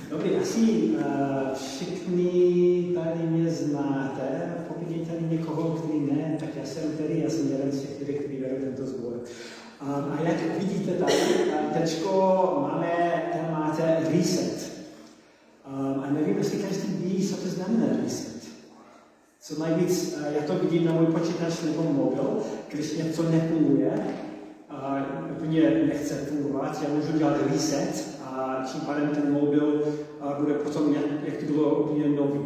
Dobrý, asi všichni tady mě znáte. Pokud je tady někoho, který ne, tak já jsem jeden z těch, který vede tento sbor. A jak vidíte tady, teďko máme téma reset. A nevím, jestli každý ví, co to znamená reset. Co nejvíc, já to vidím na můj počítač nebo mobil, když něco nefunguje, úplně nechce fungovat, já můžu dělat reset a tím pádem ten mobil bude potom, jak to bylo úplně nový.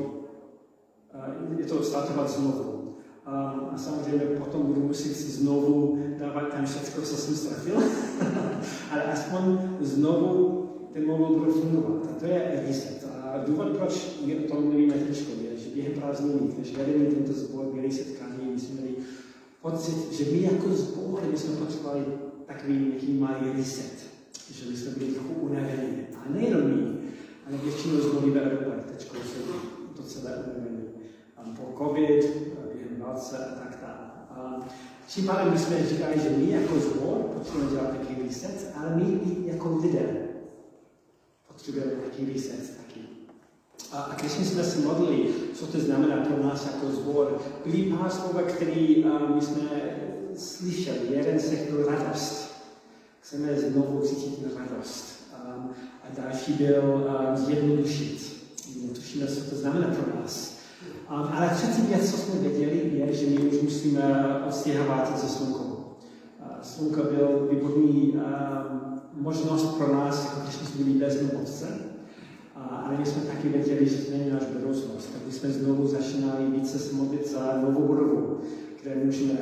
Je to startovat znovu. A samozřejmě potom budu muset si znovu dávat tam všechno, co jsem ztratil, ale aspoň znovu ten mobil bude fungovat. A to je reset. A důvod, proč my o tom mluvíme teďko, je, že během prázdniny, když vedeme tento sbor, měli setkání, my jsme měli pocit, že my jako sbor, my jsme potřebovali takový nějaký malý reset, že my jsme byli trochu unavení. A nejenom my, ale většinou znovu v Evropě, teďko jsou docela unavení. Po COVID, během válce a tak dále. Tím pádem my jsme říkali, že my jako sbor potřebujeme dělat takový reset, ale my i jako lidé potřebujeme takový reset taky. A když jsme se modlili, co to znamená pro nás jako sbor, byly pár slova, které my jsme slyšeli. Jeden z těch byl radost. Chceme znovu cítit radost. A další byl zjednodušit. Tušíme, co to znamená pro nás. Ale třetí věc, co jsme věděli, je, že my už musíme odstěhovat ze slunkou. Slunko byl výborný možnost pro nás, jako když jsme byli bezdomovce. Ale my jsme taky věděli, že to není náš budoucnost. Tak jsme znovu začínali více se modlit za novou budovu, kde můžeme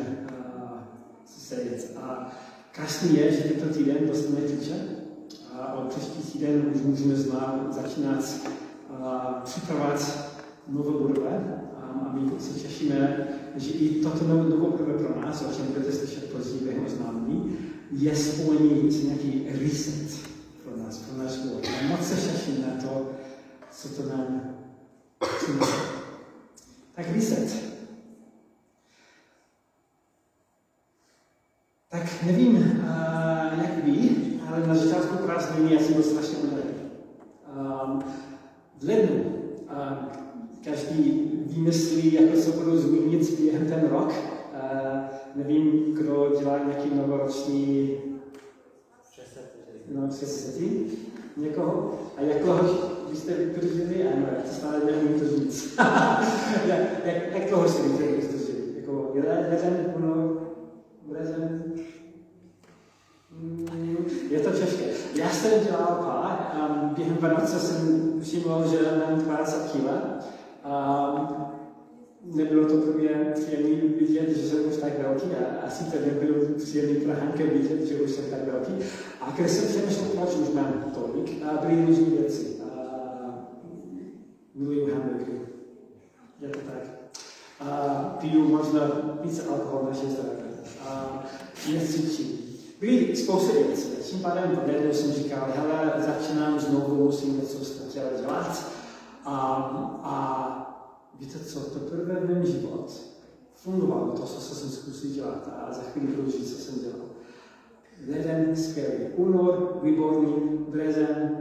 se sedět. A krásný je, že tento týden dostaneme klíče. A od příští týden už můžeme začínat připravovat nové budové. A my se těšíme, že i toto novou budové pro nás, o čem budete slyšet později během oznámení, je spojený s nějaký reset pro nás, pro náš sbor. A moc se těším na to, co to nám přinese. Tak reset. Tak nevím, jak ví, ale na začátku prázdniny já jsem byl strašně unavený. V lednu každý vymyslí, jako se budou zmínit během ten rok. Nevím, kdo dělá nějaký novoroční přesvědčení někoho. A jako byste vydrželi? Ano, já to stále neumím to říct. jak dlouho jste vydrželi? Jako jeden, březen? Je to těžké. Já jsem dělal pár. Během Vánoce jsem všiml, že mám 20 kg. Nebylo to pro mě příjemné vidět, že jsem už tak velký a asi to nebylo příjemné pro Hanke vidět, že už jsem tak velký. A když jsem přemýšlel, proč už mám tolik, byly různé věci. Miluju hamburgery. Je to tak. Piju možná více alkohol, než je zdravé. Nescvičím. Byly spousta věcí. Tím pádem v lednu jsem říkal, hele, začínám znovu, musím něco chtěl dělat. Víte co, teprve mým život fungovalo to, co jsem zkusil dělat a za chvíli budu říct, co jsem dělal. Leden skvělý, únor výborný, březen,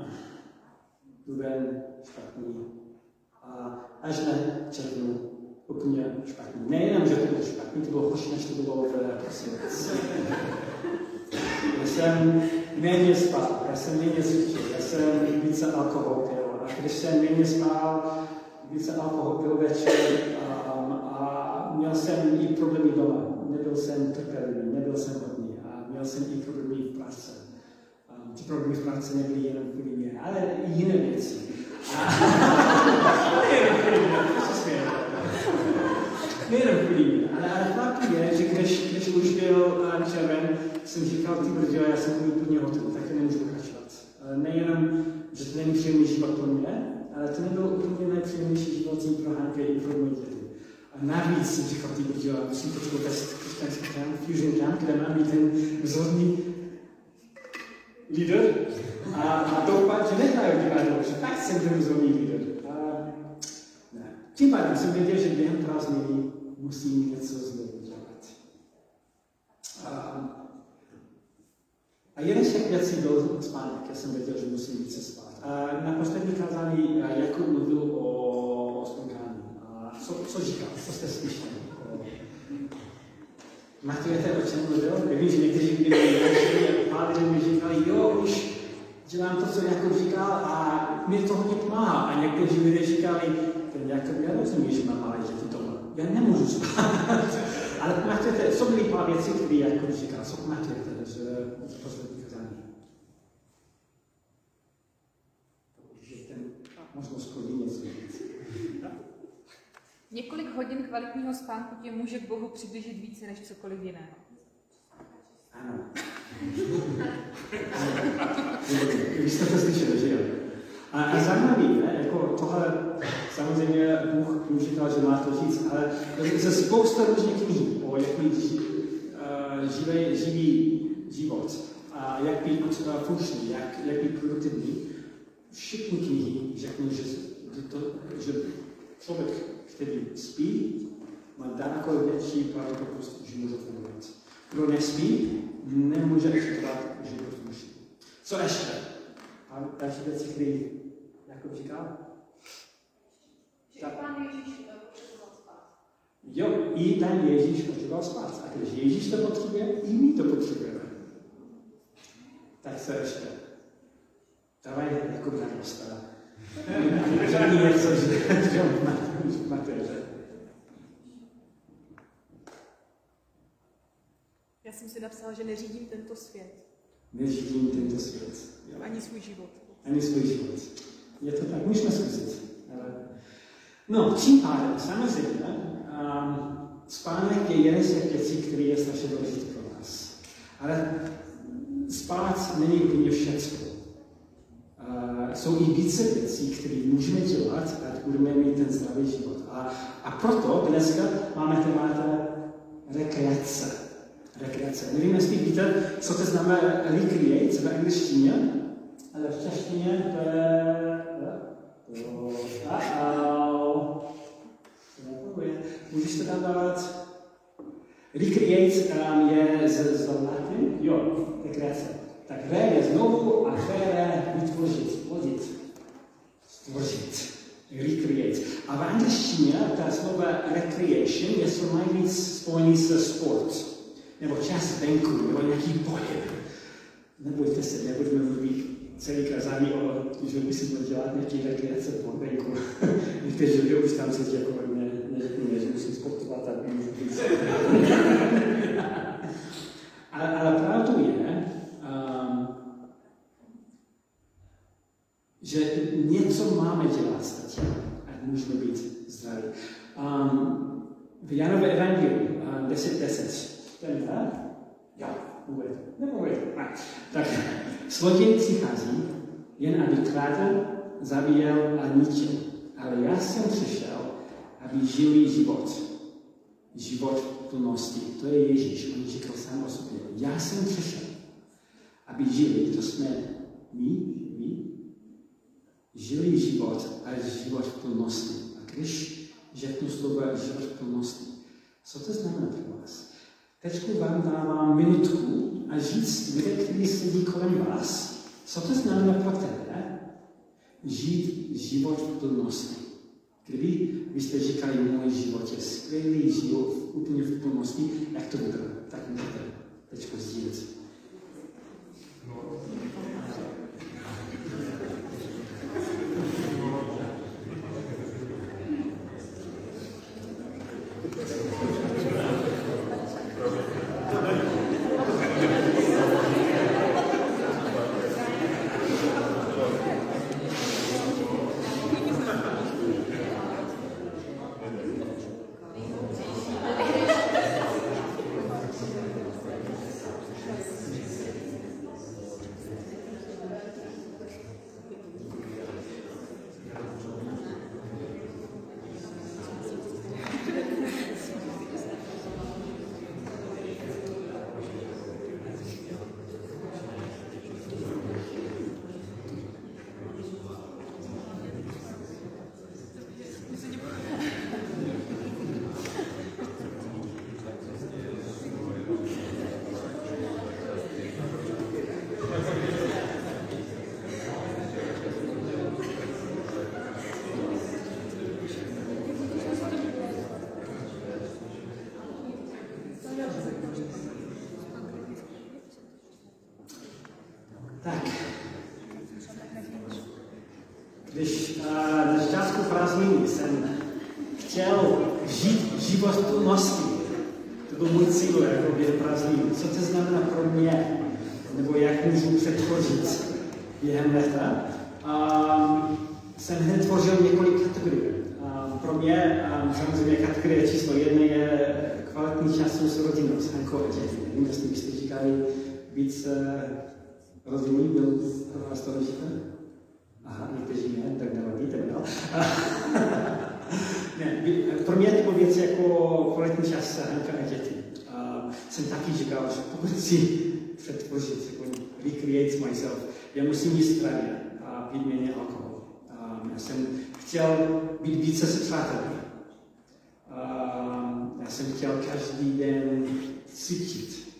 duben špatný a až na červnu úplně špatný. Nejenom, že to bylo špatný, to bylo horší, než to bylo v prosinci. Já jsem méně spal, já jsem méně cvičil, já jsem více alkohol pil a když jsem méně spal, více alkohol pil večer a měl jsem i problémy doma. Nebyl jsem trpělivý, nebyl jsem hodný a měl jsem i problémy v práci. Ty problémy v práci nebyly jenom kvůli mě, ale i jiné věci. Nejenom kvůli mě, ale fakt je, že když už byl červen, jsem říkal, ty brdě, já jsem byl úplně hotový, tak nemůžu pokračovat. Nejenom, že to není příjemný život pro mě, ale to nebyl úplně nejpříjemnější život pro Hanke i pro moje děti. A navíc jsem říkal, ty brdě, musím to test křesťanský camp, Fusion Camp, kde mám být ten vzorný lídr. A doufám, že nehrají divadlo, že fakt jsem ten vzorný lídr. Ne. Tím pádem jsem věděl, že během prázdniny musím něco znovu dělat. A jeden z těch věcí byl spánek. Já jsem věděl, že musím více spát. A na poslední kázání Jakub mluvil o spánkání. Co říkal? Co jste slyšeli? Matujete, o čem mluvil? Já vím, že někteří lidé mi říkali, jo, už dělám to, co Jakub říkal a mi to hodně pomáhá. A někteří lidé říkali, ten Jakub, já rozumím, že mám malé děti doma. Já nemůžu spát. Ale pamatujete, co byly pár věcí, které Jakub říkal? Co pamatujete z poslední kázání? Už je ten možnost chodit něco říct. Několik hodin kvalitního spánku tě může k Bohu přiblížit více než cokoliv jiného. Ano. Vy jste to slyšeli, že jo? A zajímavý, ne? Jako tohle samozřejmě Bůh může říkat, že má to říct, ale ze spousta různých knih o jak být živý život a jak být funkční, jak být produktivní. Všechny knihy řeknou, že člověk, který spí, má daleko větší pravděpodobnost, že může fungovat. Kdo nespí, nemůže exploatovat život funkční. Co ještě? A další věci, které Jakub říkal? Že Pán Ježíš potřeboval spát. Jo, i ten Ježíš potřeboval spát. A když Ježíš to potřebuje, i my to potřebujeme. Tak co ještě? Dávaj Jakub radost. Žádný něco, že máte. Já jsem si napsala, že neřídím tento svět. Neřídím tento svět. Jo. Ani svůj život. Ani svůj život. Je to tak, můžeme zkusit. No, tím pádem, samozřejmě, spánek je jeden z těch věcí, který je strašně důležitý pro nás. Ale spát není úplně všechno. Jsou i více věcí, které můžeme dělat, ať budeme mít ten zdravý život. A proto dneska máme témata rekreace. Nevím, jestli víte, co to znamená recreate v angličtině, ale v češtině to je... Můžeš to tam dávat? Recreate je z latin, jo, rekreace. Tak re je znovu a re vytvořit, stvořit, recreate. A v angličtině ta slova recreation je co nejvíc spojený se sport. Nebo čas venku, nebo nějaký pohyb. Nebojte se, nebudeme mluvit celý kázání o, že by si měl dělat nějaký rekreace po venku. Někteří lidé už tam se jako neřeknou, že musím sportovat a můžu být. Ale pravdou je, že něco máme dělat s tím, ať můžeme být zdraví. V Janové evangeliu 10:10. Ten ne? Jo, nemůžete. Tak, zloděj přichází, jen aby krádl, zabíjel a ničil. Ale já jsem přišel, aby žili život. Život v plnosti. To je Ježíš, on říkal sám o sobě. Já jsem přišel, aby žili, to jsme my, žili život a život v plnosti. A když řeknu slovo život v plnosti, co to znamená pro vás? Teď vám dávám minutku a říct lidé, kteří sedí kolem vás, co to znamená pro tebe žít život v plnosti. Kdyby byste říkali, můj život je skvělý, život úplně v plnosti, jak to bude? Tak můžete teď sdílet. Když na začátku prázdniny jsem chtěl žít život v plnosti, to byl můj cíl jako během prázdniny. Co to znamená pro mě? Nebo jak můžu přetvořit během léta? Jsem hned tvořil několik kategorií. Pro mě samozřejmě kategorie číslo 1 je kvalitní čas s rodinou, s Hankou a děti. Nevím, jestli byste říkali víc rodinný, byl pro vás to důležité? Aha, někteří ne, tak nevadí, tak dál. Ne, pro mě to byl věc jako kvalitní čas s Hankou a děti. Jsem taky říkal, že pokud si přetvořit, jako recreate myself, já musím jíst zdravě a pít méně alkohol. Já jsem chtěl být více se přáteli. Já jsem chtěl každý den cvičit.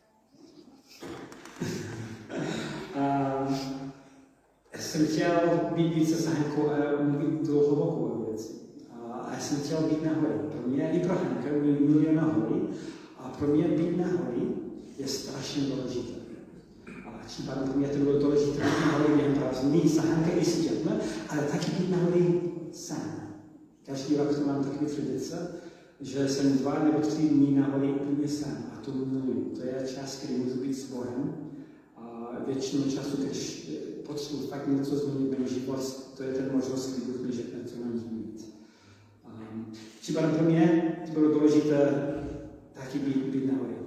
Já jsem chtěl být více s Hankou a mluvit hlubokou věci. A já jsem chtěl být nahoře. Pro mě i pro Hanku miluje nahoře. A pro mě být nahoře je strašně důležité. Tím pádem pro mě to bylo důležité být nahoře během prázdniny s Hankou i s dětmi, ale taky být nahoře sám. Každý rok to mám takové tradice, že jsem 2 nebo 3 dní nahoře úplně sám. A to miluji. To je čas, kdy můžu být s Bohem. A většinou času, když potřebuji fakt něco změnit mém život, to je ten možnost, kdy Bůh mi řekne, co mám změnit. Tím pádem pro mě to bylo důležité taky být nahoře.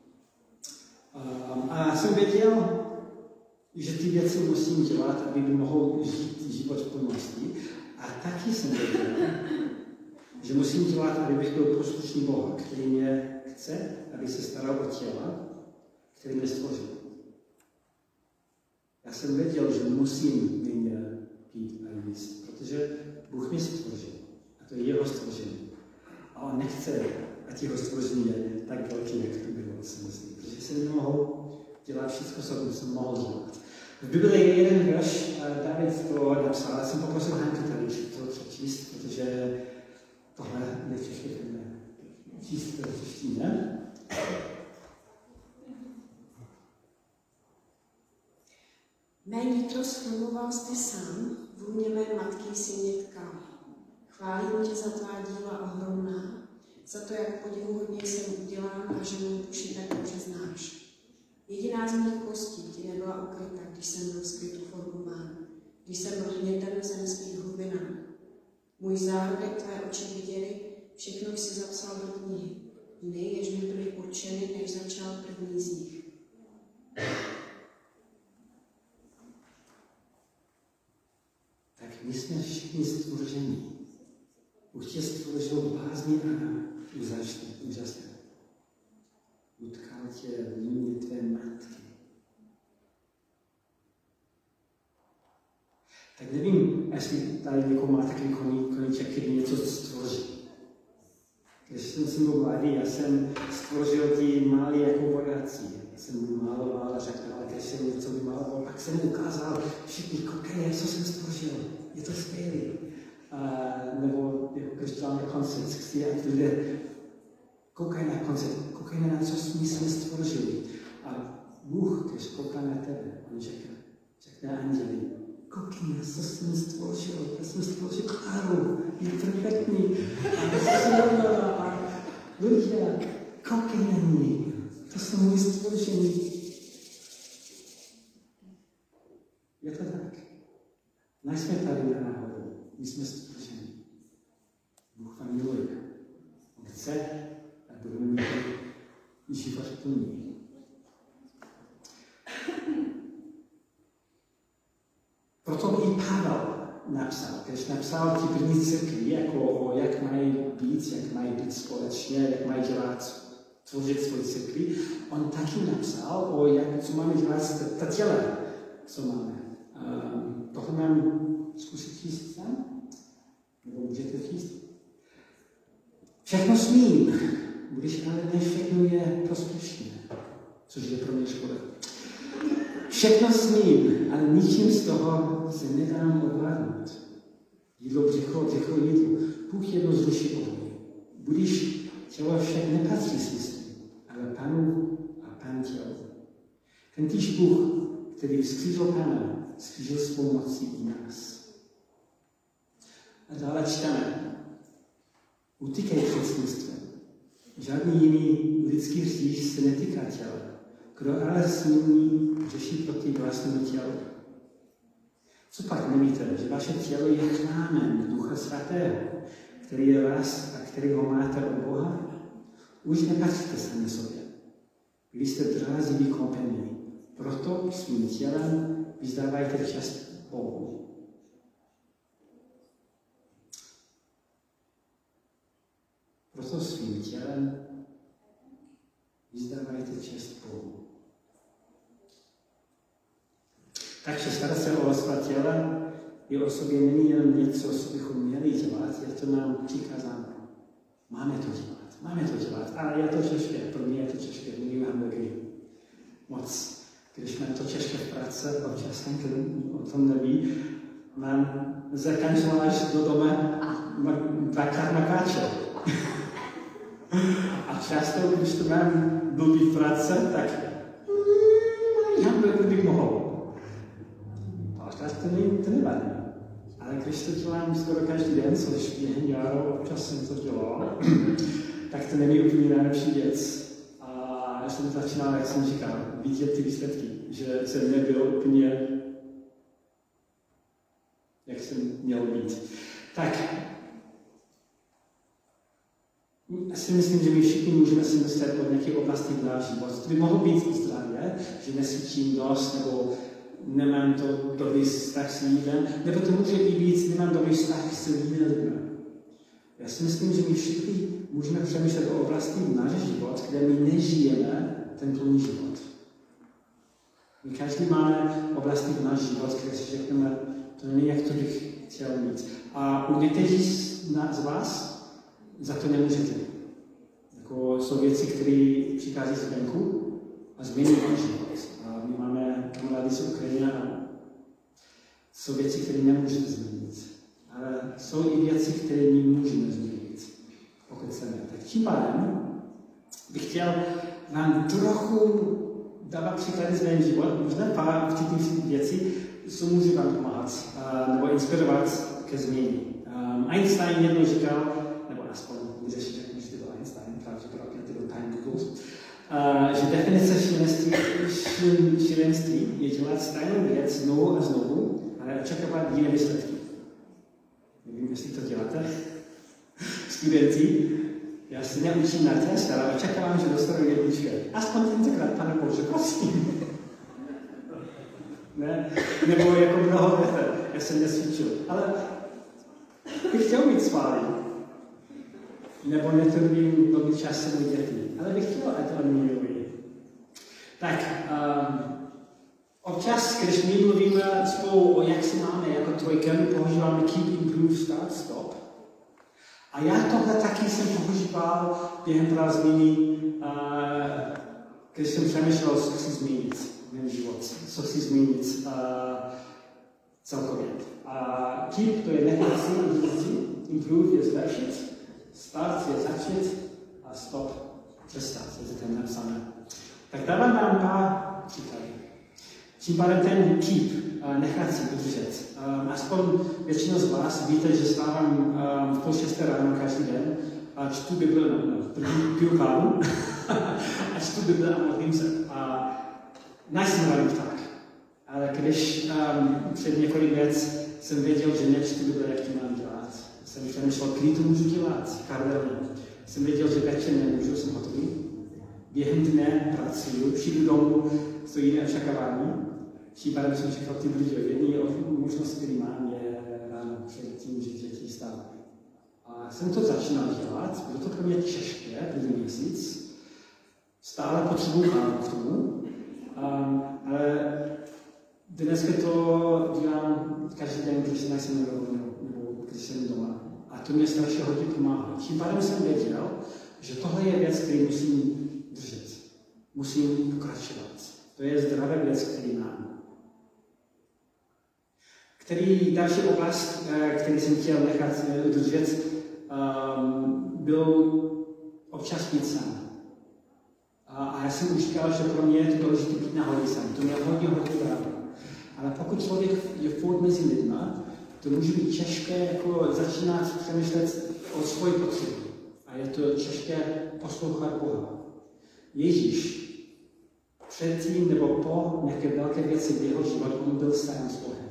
A jsem věděl, že ty věci musím dělat, aby mohl žít život v plnosti. A taky jsem věděl, že musím dělat, aby bych byl poslušný Boha, který mě chce, aby se staral o těla, který mě stvořil. Já jsem věděl, že musím méně pít a jíst, protože Bůh mě stvořil. A to je jeho stvoření. A on nechce, ať jeho stvoření je tak velký, jak to bylo, si myslím. Protože jsem nemohl dělat všechno, co jsem mohl dělat. V Bibli je jeden verš, David to napsal, já jsem poprosil Hanku tady to přečíst, protože tohle nechci číst v češtině. Mé nitro sformoval jsi sám, vůně mé matky si mě tkal. Chválím tě za tvá díla ohromná, za to, jak podivuhodně jsem udělán a že mou duši tak dobře znáš. Jediná z mých kostí ti nebyla ukryta, když jsem byl skrytu formován, když jsem byl hněten v zemských hlubinách. Můj zárodek tvé oči viděli, všechno jsi zapsal do knihy, dny, jež mi byly určeny, než začal první z nich. Tak my jsme všichni stvoření. Bůh tě stvořil bázně a úžasně. Utkal tě v líně tvé matky. Tak nevím, jestli tady někoho má takový koníček, který něco stvoří. Když jsem byl mladý, já jsem stvořil ty malé jako vojáci. Já jsem maloval a řekl, ale když jsem něco vymaloval, pak jsem ukázal všichni, koukej, co jsem stvořil. Je to skvělé. Nebo jako když děláme koncert, chci, ať lidé koukej na koncert, koukej na co jsme stvořili. A Bůh, když kouká na tebe, on řekne anděli, koukej na co jsem stvořil. Já jsem stvořil Kláru, je perfektní. A silná a lidé, koukej na ní. To jsou můj stvoření. Je to tak. Nejsme tady na náhodu. My jsme stvoření. Bůh vám miluje. On chce, a budeme mít život plný. Proto i Pavel napsal, když napsal ty první církvi, jako jak mají být společně, jak mají dělat, tvořit svoji církvi, on taky napsal, co máme dělat ta těla, co máme. Tohle mám zkusit číst sám? Nebo můžete číst? Všechno smím, když ale ne všechno je prospěšné, což je pro mě škoda. Všechno smím, ale ničím z toho se nedám ovládnout. Jídlo břicho jídlo. Bůh jedno zruší obojí. Budíš tělo však nepatří smyslu, ale Panu a Pán tělo. Ten týž Bůh, který vzkřížil Pana, skřížil svou mocí i nás. A dále čteme. Utíkej před smystem. Žádný jiný lidský hřích se netýká těla. Kdo ale smí, řeší proti vlastnímu tělu. Co pak nevíte, že vaše tělo je chrámem Ducha Svatého, který je vás a který ho máte od Boha? Už nepatříte sami sobě. Byli jste drázi vykoupeni. Proto svým tělem vyzdávajte čest Bohu. Proto svým tělem vyzdávajte čest Bohu. Takže starat se o svá těla i o sobě není jen něco, co bychom měli dělat, je to nám přikázáno. Máme to dělat. A je to těžké, pro mě je to těžké, milí hamburgery. Moc. Když mám to těžké v práci, občas ten o tom neví, mám za kancelář do doma dvakrát makáče. A často, když to mám blbý v práci, tak hamburger bych mohl. To nevadí. Ale když to dělám skoro každý den, což během járu občas jsem to dělal, tak to není úplně nejlepší věc. A já jsem začínal, jak jsem říkal, vidět ty výsledky, že jsem nebyl úplně, jak jsem měl být. Tak, já si myslím, že my všichni můžeme si myslet o nějaké oblasti v náš život. To by mohlo být zdravě, že nesvičím dost, nebo nemám to dobrý vztah s lidem, nebo to může i být, nemám dobrý vztah s jinými lidmi. Já si myslím, že my všichni můžeme přemýšlet o oblasti v náš život, kde my nežijeme ten plný život. My každý máme oblasti v náš život, kde si řekneme, to není, jak to bych chtěl mít. A u někteří z vás za to nemůžete. Jako jsou věci, které přichází zvenku a změní náš život. A my máme kamarády z Ukrajiny a jsou věci, které nemůžete změnit. Ale jsou i věci, které my můžeme změnit, pokud chceme. Tak tím pádem bych chtěl vám trochu dávat příklady z mého života, možná pár vtipných věcí, co může vám pomáhat nebo inspirovat ke změně. Einstein jednou říkal, nebo aspoň vyřešit, jak můžete byl Einstein, pravděpodobně to byl Time Google, že definice šílenství je dělat stejnou věc znovu a znovu, ale očekávat jiné výsledky. Nevím, jestli to děláte. Studenti, já se neučím na test, ale očekávám, že dostanu jedničku. Aspoň tentokrát, Pane Bože, prosím. Ne? Nebo jako mnoho věte, já jsem nesvičil. Ale bych chtěl mít schválení. Nebo netrvím dobrý čas se mít dětí. Ale bych chtěl, ať to oni milují. Tak, občas, když my mluvíme spolu o jak se máme jako trojka, my používáme keep, improve, start, stop. A já tohle taky jsem používal během prázdniny, když jsem přemýšlel, co chci změnit v mém životě, co chci změnit celkově. Keep to je nechat si, improve je zlepšit, start je začít a stop přestat, je to tam napsané. Tak dávám vám pár příkladů. Tím pádem ten keep, nechat si udržet. Aspoň většina z vás víte, že stávám v 5:30 ráno každý den a čtu Bibli, piju kávu a čtu Bibli a modlím se. Nejsem rád tak. Ale když před několik let jsem věděl, že nečtu Bibli, jak to mám dělat, jsem přemýšlel, kdy to můžu dělat, paralelně. Jsem věděl, že večer nemůžu, jsem hotový. Během dne pracuju, přijdu domů, stojí jiné očekávání. Tím pádem jsem čekal ty lidi. Jedný možnost, který mám, je ráno před tím, že děti stávají. A jsem to začínal dělat, bylo to pro mě těžké, první měsíc. Stále potřebuji kávu k tomu, ale dneska to dělám každý den, když nejsem nebo když jsem doma. A to mě strašně hodně pomáhá. Tím pádem jsem věděl, že tohle je věc, kterou musím držet. Musím pokračovat. To je zdravá věc, který mám. Další oblast, který jsem chtěl nechat udržet, byl občas být sám. A já jsem už říkal, že pro mě je to důležité být nahoře sám. To mě hodně rád. Ale pokud člověk je furt mezi lidma, To může být těžké jako začínat přemýšlet o svoji potřebu. A je to těžké poslouchat Boha. Ježíš předtím nebo po nějaké velké věci v jeho život, on byl sám s Bohem.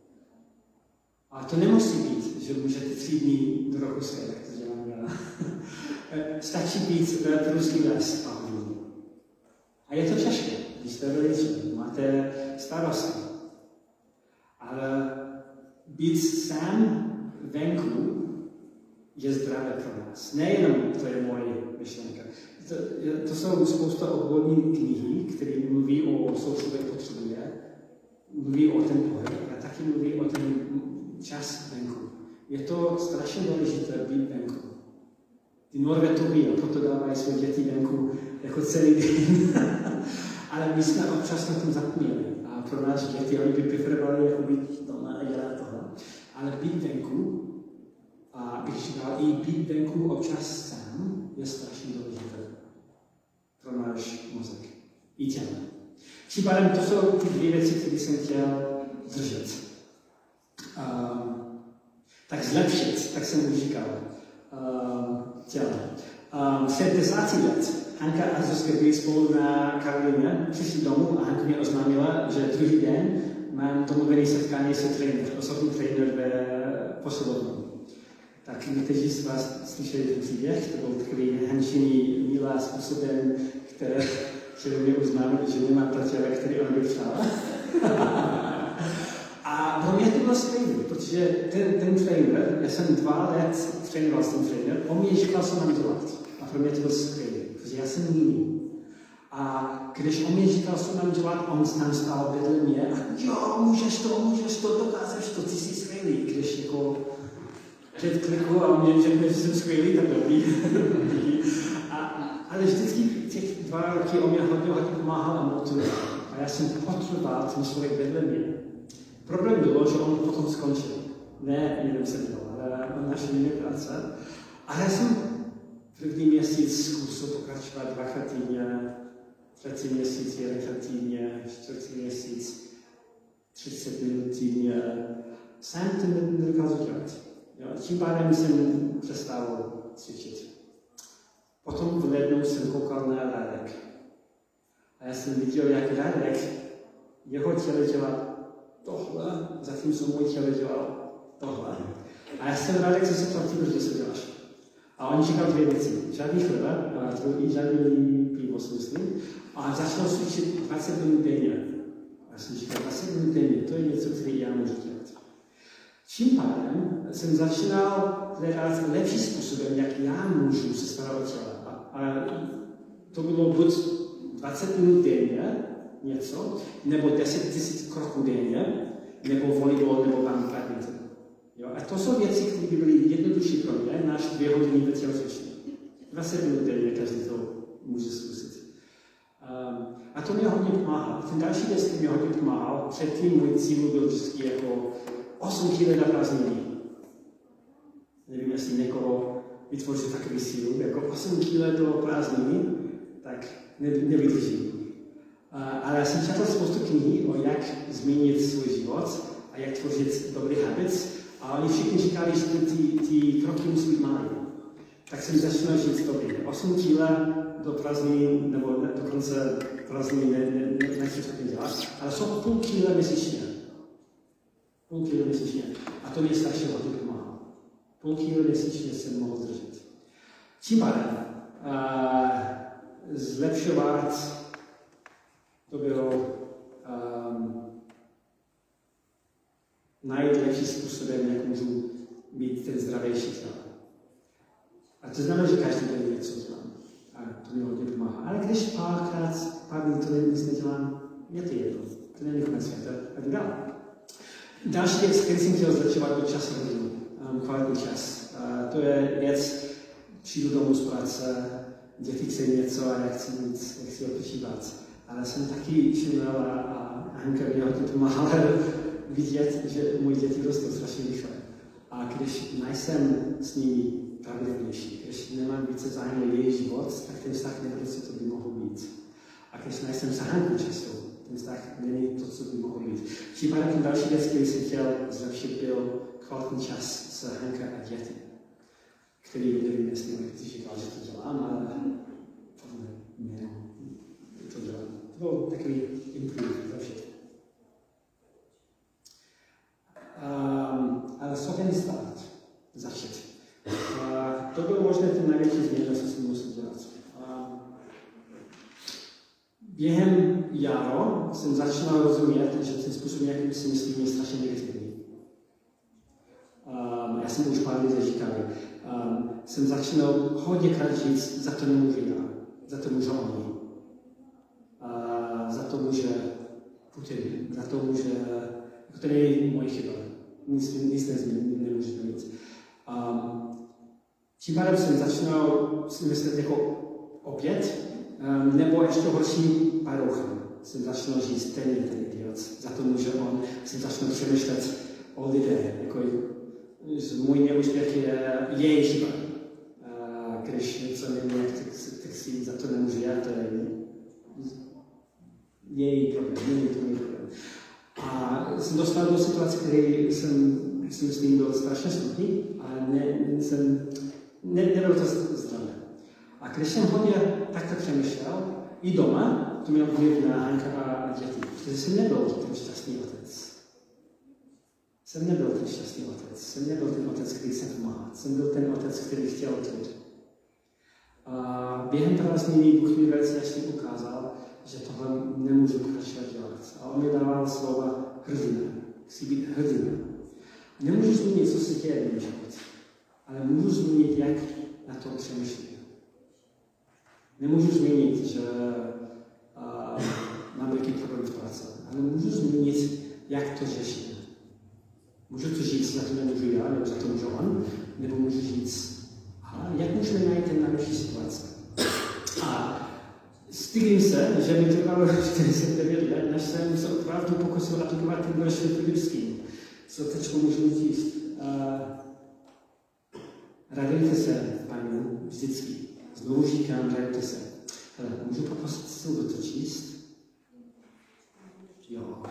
A to nemusí být, že můžete 3 dny do roku svět, jak to dělám já. Stačí být v průzký les a hodinu. A je to těžké, když jste rodiče, máte starosti. Ale být sám venku je zdravé pro nás. Nejenom to je moje myšlenka. To jsou spousta odborných knihy, které mluví o co člověk potřebuje, mluví o ten pohyb a taky mluví o ten čas venku. Je to strašně důležité být venku. Ty Norvetoví a proto dávají své děti venku jako celý den. Ale my jsme občas na tom zapomněli. A pro nás děti, oni by preferovali jako být doma a dělat tohle. Ale být venku, a bych říkal, i být venku občas sám, je strašně důležité pro náš mozek i tělo. Případem to jsou ty 2 věci, které jsem chtěl držet. Tak zlepšit, tak jsem už říkal, tělo. Před 10 let Hanka a Zuzka byli spolu na Karolíně, přišli domů a Hanka mi oznámila, že druhý den mám domluvený setkání se trenér, osobní trenér ve posilovnu. Tak někteří z vás slyšeli ten příběh, to byl takový Hančiny milá způsobem, které mě oznámili, že nemá tatě, který on by přál. A pro mě to bylo skvělé, protože ten trenér, já jsem 2 let trénoval s tím trenér, on mě říkal, co mám dělat. A pro mě to bylo skvělé, protože já jsem jiný. A když on mě říkal, co mám dělat, on tam stál vedle mě a jo, můžeš to, dokážeš to, ty jsi skvělý. Když jako před kliku a on mě řekne, že jsem skvělý, tak dobrý. Ale vždycky těch 2 roky on mě hodně pomáhal a motivoval. A já jsem potřeboval ten člověk vedle mě. Problém bylo, že on potom skončil. Ne, jeden se dělal, ale on našel jiné práce. A já jsem první měsíc zkusil pokračovat 2krát týdně, 3. měsíc 1krát týdně, 4. měsíc 30 minut týdně. Sám to nedokázal dělat. Tím pádem jsem přestal cvičit. Potom v lednu jsem koukal na Radek. A já jsem viděl, jak Radek, jeho tělo dělá tohle, zatímco můj tělo dělal tohle. A já jsem Radek se zeptal, že se děláš. A on říkal 2 věci. Žádný chleba, a druhý žádný pivo, myslím. A začal cvičit 20 minut denně. A já jsem říkal, 20 minut denně, to je něco, který já můžu dělat. Tím pádem jsem začínal hledat lepší způsobem, jak já můžu se starat o tělo. A to bylo buď 20 minut denně, něco, nebo 10 000 kroků denně, nebo volejbal, nebo badminton. A to jsou věci, které by byly jednodušší pro mě, náš 2 hodiny ve tělocvičení. 20 minut denně, každý to může zkusit. A to mě hodně pomáhá. Ten další věc, který mě hodně pomáhal, předtím můj cíl byl vždycky jako 8 kg na prázdniny. Nevím, jestli někoho vytvoří takový sílu, jako 8 kg do prázdniny, tak nevydržím. Ale já jsem četl spoustu knih o jak změnit svůj život a jak tvořit dobrý habit. A oni všichni říkali, že ty kroky musí být malé. Tak jsem začal žít dobrý. 8 kg do prázdniny, nebo dokonce prázdniny nechci schopný dělat, ale jsou půl kg měsíčně. Půl kilo měsíčně. A to mě strašně hodně pomáhá. Půl kilo měsíčně jsem mohl držet. Tím pádem zlepšovat to bylo najít lepší způsobem, jak můžu mít ten zdravější tělo. A to znamená, že každý den něco dělám. A to mě hodně pomáhá. Ale když pár minut nic nedělám, je to jedno. To není konec světa. A jdu dál. Další věc, který jsem chtěl zlepšovat, byl čas rodinu. Kvalitní čas. To je věc, přijdu domů z práce, děti chce něco a já chci odpočívat. Ale jsem taky všiml a Hanka mě hodně pomáhala vidět, že moje děti rostou strašně rychle. A když nejsem s nimi pravidelnější, když nemám více zájem o jejich život, tak ten vztah nebude, co to by mohlo být. A když nejsem s Hankou často, ten vztah není to, co by mohlo být. Případem ten další věc, který jsem chtěl zlepšit, byl kvalitní čas s Hanka a děti, který nevím, jestli někdy říkal, že to dělám, ale podle mě to dělám. To byl takový improve za všechno. Ale schopen stát, začít. To bylo možná ten největší změna, co jsem musel dělat. Během jara jsem začal rozumět, že ten způsob, jakým si myslím, je strašně negativní. Já jsem už pár lidí říkal, jsem začal hodněkrát říct, za to nemůžu já, za to může oni. Za to může Putin, za to může, to je moje chyba. Nic nemůžete mít. Tím pádem jsem začal si myslet jako oběd, nebo ještě horší parouchem. Jsem začal říct, ten je ten idiot, za to může on. Jsem začal přemýšlet o lidé, jako můj neúspěch je její chyba. Když něco nevím, tak si za to nemůžu já, to je její problém, není to můj problém. A jsem dostal do situace, který jsem si myslím, byl strašně smutný a nebylo to zdravé. A když jsem hodně takto přemýšlel, i doma, to mělo vliv na Hanka a děti, protože jsem nebyl ten šťastný otec. Jsem nebyl ten šťastný otec. Jsem nebyl ten otec, který se pomáhal. Jsem byl ten otec, který chtěl klid. A během prázdniny Bůh mi velice jasně ukázal, že tohle nemůžu pokračovat dělat. A on mi dával slova hrdina. Chci být hrdina. Nemůžu zmínit, co se děje v mém životě, ale můžu zmínit, jak na to přemýšlím. Nemůžu zmínit, že mám velký problém v práci, ale můžu zmínit, jak to řeším. Můžu to říct, za to nemůžu já, nebo za to můžu on, nebo můžu říct, jak můžeme najít ten nejlepší situaci. A stydím se, že mi trvalo 49 let, než jsem se opravdu pokusil aplikovat ten verš filipský. Co teď můžu říct? Radujte se, Pánu, vždycky. Znovu říkám, radujte se. Ale můžu poprosit Silvu to číst? Jo.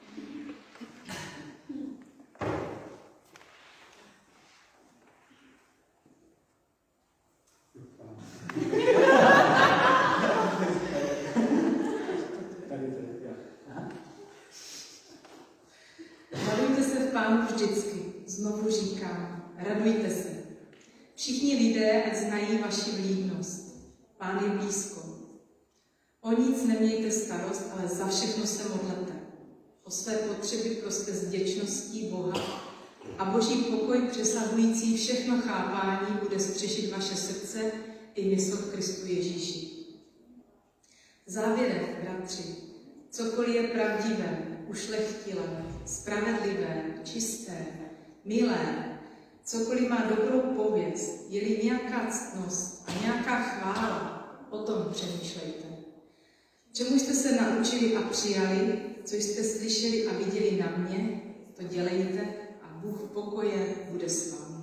Radujte se v Pánu vždycky. Znovu říkám, radujte se. Všichni lidé, ať znají vaši vlídnost. Pán je blízko. O nic nemějte starost, ale za všechno se modlete. O své potřeby proste s vděčností Boha a Boží pokoj přesahující všechno chápání bude střešit vaše srdce i mysl v Kristu Ježíši. Závěrem, bratři, cokoliv je pravdivé, ušlechtilé, spravedlivé, čisté, milé, cokoliv má dobrou pověst, je-li nějaká ctnost a nějaká chvála, o tom přemýšlejte. Čemu jste se naučili a přijali, co jste slyšeli a viděli na mě, to dělejte a Bůh pokoje bude s vámi.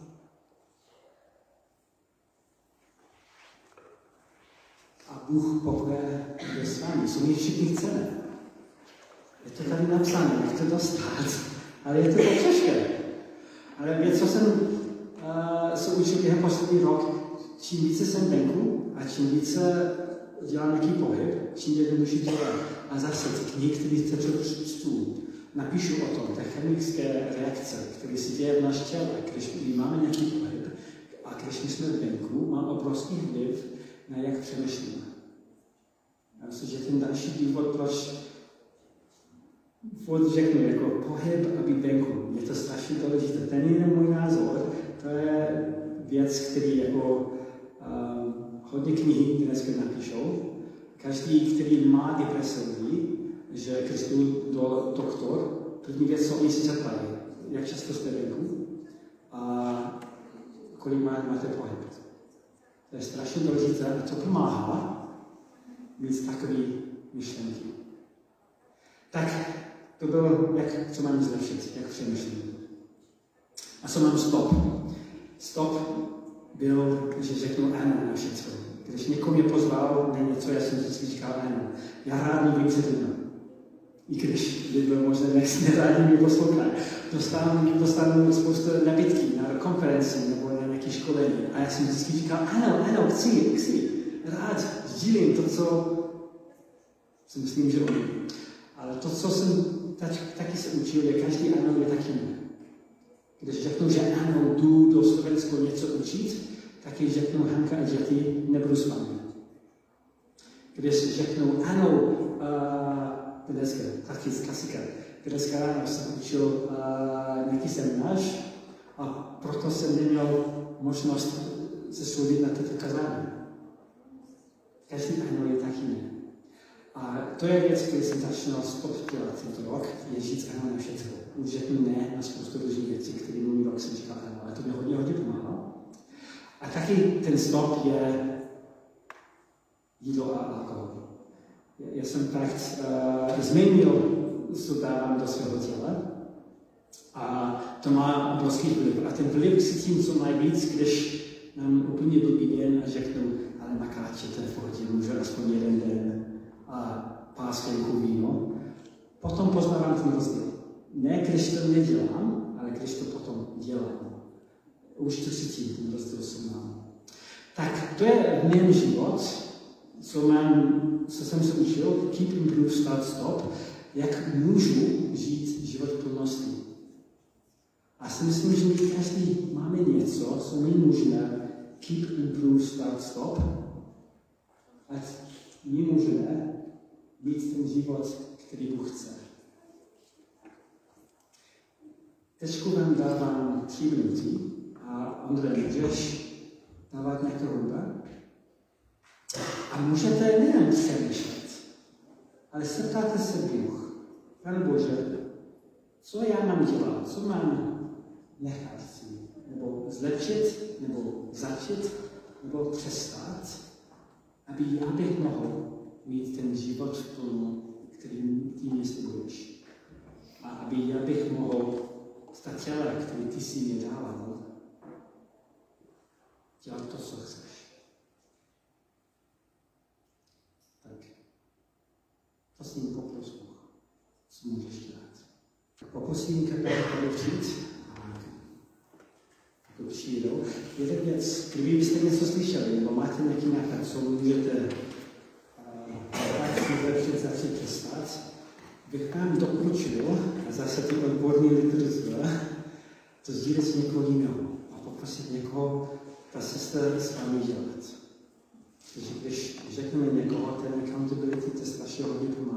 A Bůh pokoje bude s vámi, co my všichni chceme. Je to tady napsáno, nechci to dostat, ale je to tak těžké. Ale věc, co jsem se učil během poslední rok, čím více jsem venku a čím více dělám nějaký pohyb, čím jednodušší to je. A zase ty knihy, které čtu, napíšu o tom, té chemické reakce, které se děje v naš těle, když máme nějaký pohyb a když my jsme venku, má obrovský vliv na jak přemýšlíme. Já myslím, že ten další důvod, proč řeknu jako pohyb a být venku, je to strašně důležité. To není jenom můj názor, to je věc, který jako hodně knihy dneska napíšou. Každý, který má depresi, ví, že když jdu do doktor, první věc, co oni si zeptají, jak často jste venku a kolik máte pohyb. To je strašně důležité a to pomáhá mít takový myšlenky. Tak to bylo, co mám zlepšit, jak přemýšlím. A co mám stop? Stop byl, že řeknu ano na všechno. Když někoho mě pozval na něco, já jsem vždycky říkal ano. Já rád mluvím před lidmi. I když by bylo možné, nerádi mě poslouchají. Dostanu spoustu nabídky na konferenci nebo na nějaké školení. A já jsem vždycky říkal, ano, chci. Rád sdílím to, co si myslím, že umím. Ale to, co jsem taky se učil, je každý ano je taky ne. Když řeknu, že ano, jdu do Slovenska něco učit, taky řeknu Hanka a Jetty, nebudu s vámi. Když řeknu ano, dneska, taky z klasika, dneska ráno jsem učil nějaký seminář a proto jsem neměl možnost se soudit na toto kazání. Každý ano je taky ne. A to je věc, kterou jsem začal dělat tento rok, je říct ano na všechno. Už řeknu ne na spoustu různých věcí, které minulý rok jsem říkal ano, ale to mě hodně pomáhalo. A taky ten stop je jídlo a alkohol. Já jsem fakt změnil, co dávám do svého těla. A to má obrovský vliv. A ten vliv cítím co nejvíc, když mám úplně blbý den a řeknu, ale makáče, to je v pohodě, můžu aspoň jeden den a pár sklenků víno. Potom poznávám ten rozdíl. Ne, když to nedělám, ale když to potom dělám. Už to cítím, ten rozdíl jsem mám. Tak to je v mém život, co jsem se učil, keep, improve, start, stop, jak můžu žít život v plnosti. A si myslím, že my každý máme něco, co my můžeme keep, improve, start, stop. A my můžeme mít ten život, který Bůh chce. Teďku vám dávám 3 minuty a Ondrej, můžeš dávat nějakou hudba? A můžete nejen přemýšlet, ale zeptáte se Bůh. Pane Bože, co já mám dělat? Co mám nechat si? Nebo zlepšit? Nebo začít? Nebo přestat? Aby já bych mohl mít ten život v tom, který ty mě slibuješ. A aby já bych mohl z ta těla, který ty si mě dával, dělat to, co chceš. Tak, to s ním popros Bůh, co můžeš dělat. Pokusím kapelu přijít. Pokud přijdou. Jeden věc, kdybyste něco slyšeli, nebo máte nějaký nápad, co můžete zlepšit, začít přestat, bych vám doporučil, a zase ty odborný literatura, to sdílet s někoho jiného a poprosit někoho, ta sestra s vámi dělat. Takže když řekneme někoho, ten accountability test vašeho hodně pomáhá.